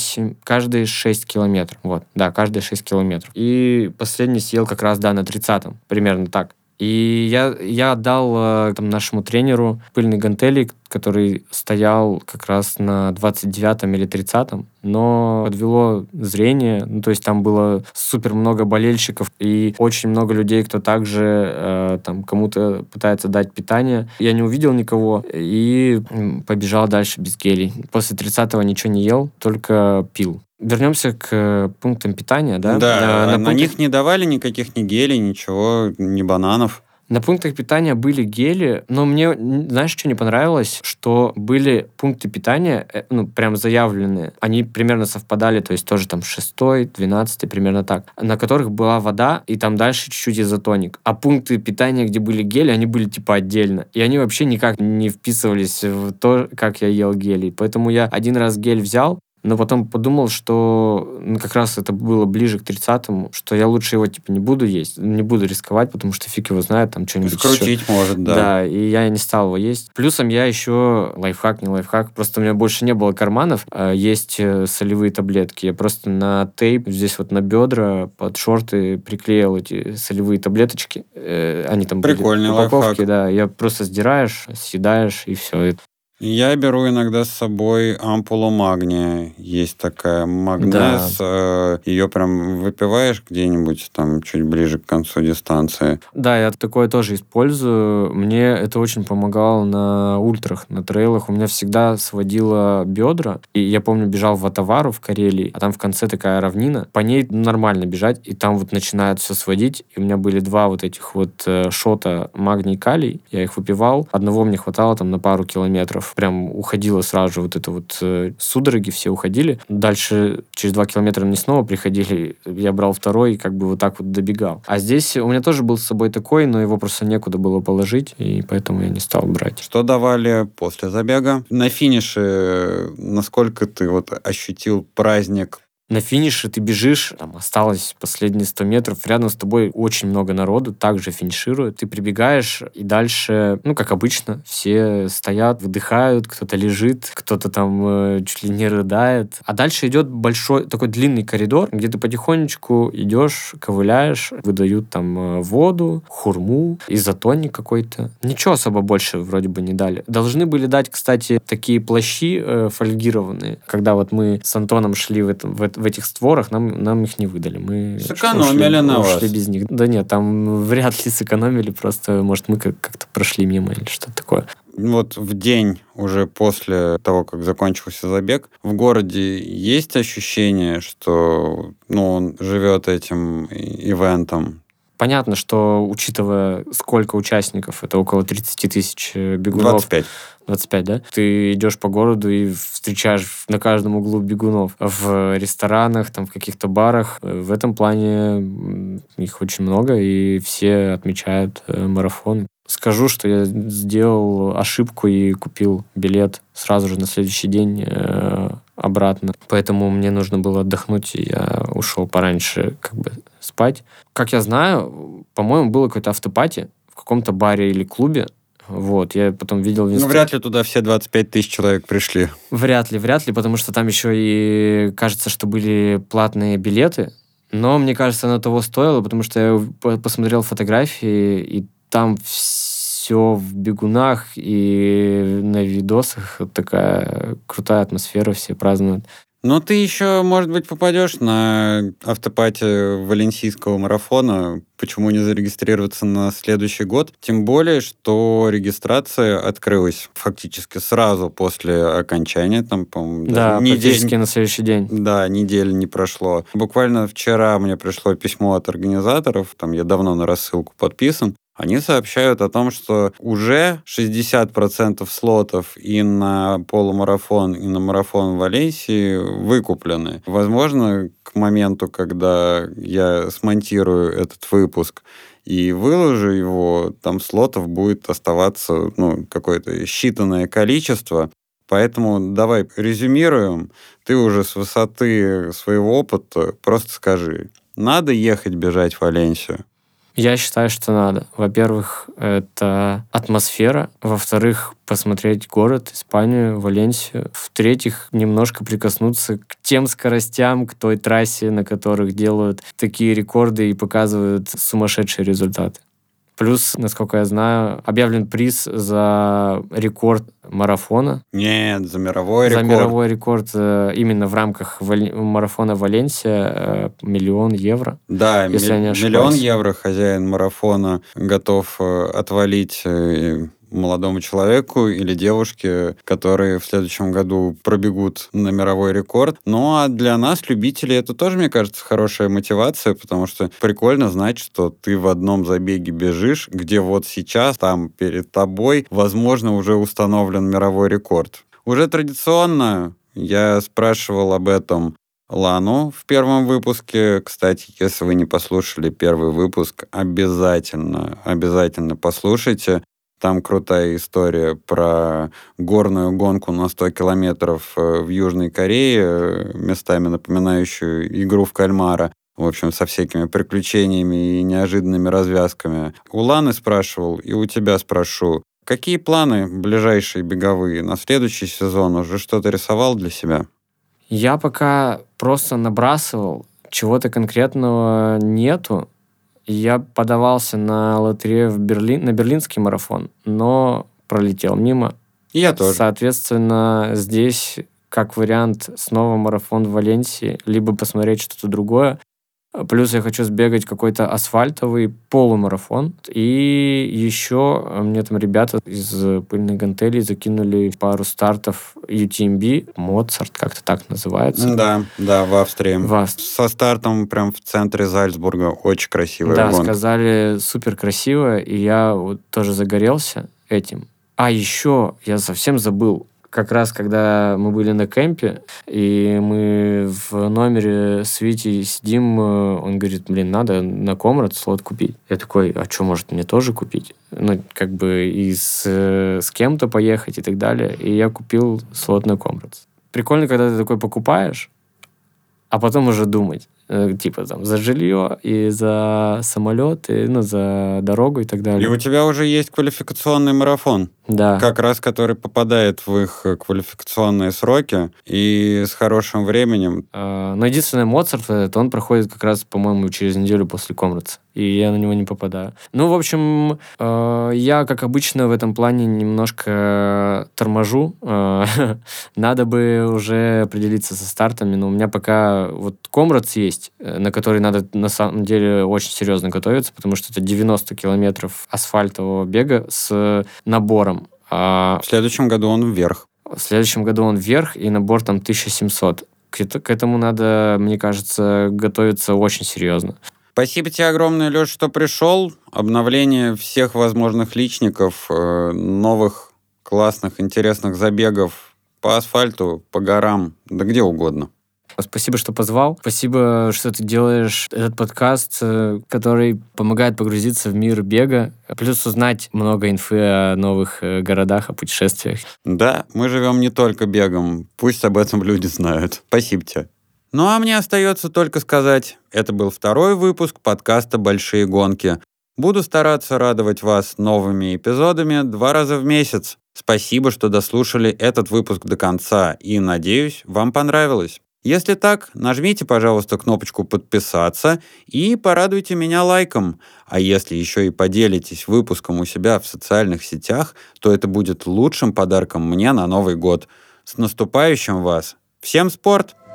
6 километров. Вот, да, каждые 6 километров. И последний съел как раз, да, на 30-м. Примерно так. И я отдал там, нашему тренеру пыльный гантели, который стоял как раз на 29-м или 30-м, но подвело зрение, ну, то есть там было супер много болельщиков и очень много людей, кто также там кому-то пытается дать питание. Я не увидел никого и побежал дальше без гелей. После 30-го ничего не ел, только пил. Вернемся к пунктам питания, да? Да, на них не давали никаких ни гелей, ничего, ни бананов. На пунктах питания были гели, но мне, знаешь, что не понравилось? Что были пункты питания, ну, прям заявленные. Они примерно совпадали, то есть тоже там 6-й, 12-й, примерно так. На которых была вода, и там дальше чуть-чуть изотоник. А пункты питания, где были гели, они были типа отдельно. И они вообще никак не вписывались в то, как я ел гели. Поэтому я один раз гель взял, но потом подумал, что как раз это было ближе к 30-му, что я лучше его типа не буду есть, не буду рисковать, потому что фиг его знает, там что-нибудь скрутить еще может, да. Да, и я не стал его есть. Плюсом я еще, не лайфхак, просто у меня больше не было карманов, есть солевые таблетки. Я просто на тейп здесь вот на бедра под шорты приклеил эти солевые таблеточки. Они там Прикольный были в упаковке, лайфхак. да. Я просто сдираешь, съедаешь, и все. Я беру иногда с собой ампулу магния. Есть такая магнез. Ее прям выпиваешь где-нибудь там чуть ближе к концу дистанции. Да, я такое тоже использую. Мне это очень помогало на ультрах, на трейлах. У меня всегда сводило бедра. И я помню, бежал в Атавару в Карелии, а там в конце такая равнина. По ней нормально бежать, и там вот начинает все сводить. И у меня были два вот этих вот шота магний и калий. Я их выпивал. Одного мне хватало там на пару километров. Прям уходило сразу же вот это вот судороги все уходили. Дальше через 2 километра мне снова приходили. Я брал второй и как бы вот так вот добегал. А здесь у меня тоже был с собой такой, но его просто некуда было положить, и поэтому я не стал брать. Что давали после забега? На финише насколько ты вот ощутил праздник? На финише ты бежишь, там осталось последние 100 метров, рядом с тобой очень много народу, также финиширует. Ты прибегаешь, и дальше, ну, как обычно, все стоят, выдыхают, кто-то лежит, кто-то там чуть ли не рыдает. А дальше идет большой такой длинный коридор, где ты потихонечку идешь, ковыляешь, выдают там воду, хурму, изотоник какой-то. Ничего особо больше вроде бы не дали. Должны были дать, кстати, такие плащи фольгированные. Когда вот мы с Антоном шли в этих створах, нам их не выдали. Мы сэкономили на вас. ушли без них. Да нет, там вряд ли сэкономили, просто, может, мы как-то прошли мимо или что-то такое. Вот в день уже после того, как закончился забег, в городе есть ощущение, что он живет этим ивентом? Понятно, что, учитывая, сколько участников, это около 30 тысяч бегунов. 25, да? Ты идешь по городу и встречаешь на каждом углу бегунов. В ресторанах, там, в каких-то барах. В этом плане их очень много, и все отмечают марафон. Скажу, что я сделал ошибку и купил билет сразу же на следующий день обратно. Поэтому мне нужно было отдохнуть, и я ушел пораньше как бы спать. Как я знаю, по-моему, было какое-то автопати в каком-то баре или клубе. Вот, я потом видел... вряд ли туда все 25 тысяч человек пришли. Вряд ли, потому что там еще и кажется, что были платные билеты. Но мне кажется, оно того стоило, потому что я посмотрел фотографии, и там все в бегунах и на видосах. Такая крутая атмосфера, все празднуют. Но ты еще, может быть, попадешь на автопати валенсийского марафона. Почему не зарегистрироваться на следующий год? Тем более, что регистрация открылась фактически сразу после окончания. Там, по-моему, да, практически на следующий день. Да, недели не прошло. Буквально вчера мне пришло письмо от организаторов. Там я давно на рассылку подписан. Они сообщают о том, что уже 60% слотов и на полумарафон, и на марафон в Валенсии выкуплены. Возможно, к моменту, когда я смонтирую этот выпуск и выложу его, там слотов будет оставаться какое-то считанное количество. Поэтому давай резюмируем. Ты уже с высоты своего опыта просто скажи, надо ехать бежать в Валенсию? Я считаю, что надо. Во-первых, это атмосфера. Во-вторых, посмотреть город, Испанию, Валенсию. В-третьих, немножко прикоснуться к тем скоростям, к той трассе, на которых делают такие рекорды и показывают сумасшедшие результаты. Плюс, насколько я знаю, объявлен приз за рекорд марафона. Нет, за мировой рекорд. За мировой рекорд именно в рамках марафона Валенсия 1 000 000 евро. Да, если я не 1 000 000 евро хозяин марафона готов отвалить молодому человеку или девушке, которые в следующем году пробегут на мировой рекорд. Ну, а для нас, любителей, это тоже, мне кажется, хорошая мотивация, потому что прикольно знать, что ты в одном забеге бежишь, где вот сейчас, там, перед тобой, возможно, уже установлен мировой рекорд. Уже традиционно я спрашивал об этом Лану в первом выпуске. Кстати, если вы не послушали первый выпуск, обязательно послушайте. Там крутая история про горную гонку на 100 километров в Южной Корее, местами напоминающую игру в кальмара. В общем, со всякими приключениями и неожиданными развязками. У Ланы спрашивал, и у тебя спрошу. Какие планы ближайшие беговые на следующий сезон? Уже что-то рисовал для себя? Я пока просто набрасывал. Чего-то конкретного нету. Я подавался на лотерею на берлинский марафон, но пролетел мимо. Я тоже. Соответственно, здесь как вариант снова марафон в Валенсии, либо посмотреть что-то другое. Плюс я хочу сбегать какой-то асфальтовый полумарафон. И еще мне там ребята из пыльных гантелей закинули пару стартов UTMB. Моцарт, как-то так называется. Да, в Австрии. Со стартом прям в центре Зальцбурга. Очень красивая гонка. Да, сказали, супер красиво, и я вот тоже загорелся этим. А еще я совсем забыл. Как раз, когда мы были на кемпе, и мы в номере с Витей сидим, он говорит, надо на Комрад слот купить. Я такой, а что, может, мне тоже купить? Как бы и с кем-то поехать и так далее. И я купил слот на Комрад. Прикольно, когда ты такой покупаешь, а потом уже думать. Типа там за жилье и за самолет, и, за дорогу и так далее. И у тебя уже есть квалификационный марафон. Да. Как раз который попадает в их квалификационные сроки и с хорошим временем. Но единственное, Моцарт, это он проходит как раз, по-моему, через неделю после Комрадса. И я на него не попадаю. В общем, я, как обычно, в этом плане немножко торможу. Надо бы уже определиться со стартами, но у меня пока вот Комрадс есть, на который надо на самом деле очень серьезно готовиться, потому что это 90 километров асфальтового бега с набором. В следующем году он вверх. В следующем году он вверх, и набор там 1700. К этому надо, мне кажется, готовиться очень серьезно. Спасибо тебе огромное, Леша, что пришел. Обновление всех возможных личников, новых классных, интересных забегов по асфальту, по горам, да где угодно. Спасибо, что позвал. Спасибо, что ты делаешь этот подкаст, который помогает погрузиться в мир бега, плюс узнать много инфы о новых городах, о путешествиях. Да, мы живем не только бегом. Пусть об этом люди знают. Спасибо тебе. А мне остается только сказать, это был второй выпуск подкаста «Большие гонки». Буду стараться радовать вас новыми эпизодами 2 раза в месяц. Спасибо, что дослушали этот выпуск до конца, и, надеюсь, вам понравилось. Если так, нажмите, пожалуйста, кнопочку «Подписаться» и порадуйте меня лайком. А если еще и поделитесь выпуском у себя в социальных сетях, то это будет лучшим подарком мне на Новый год. С наступающим вас! Всем спорт!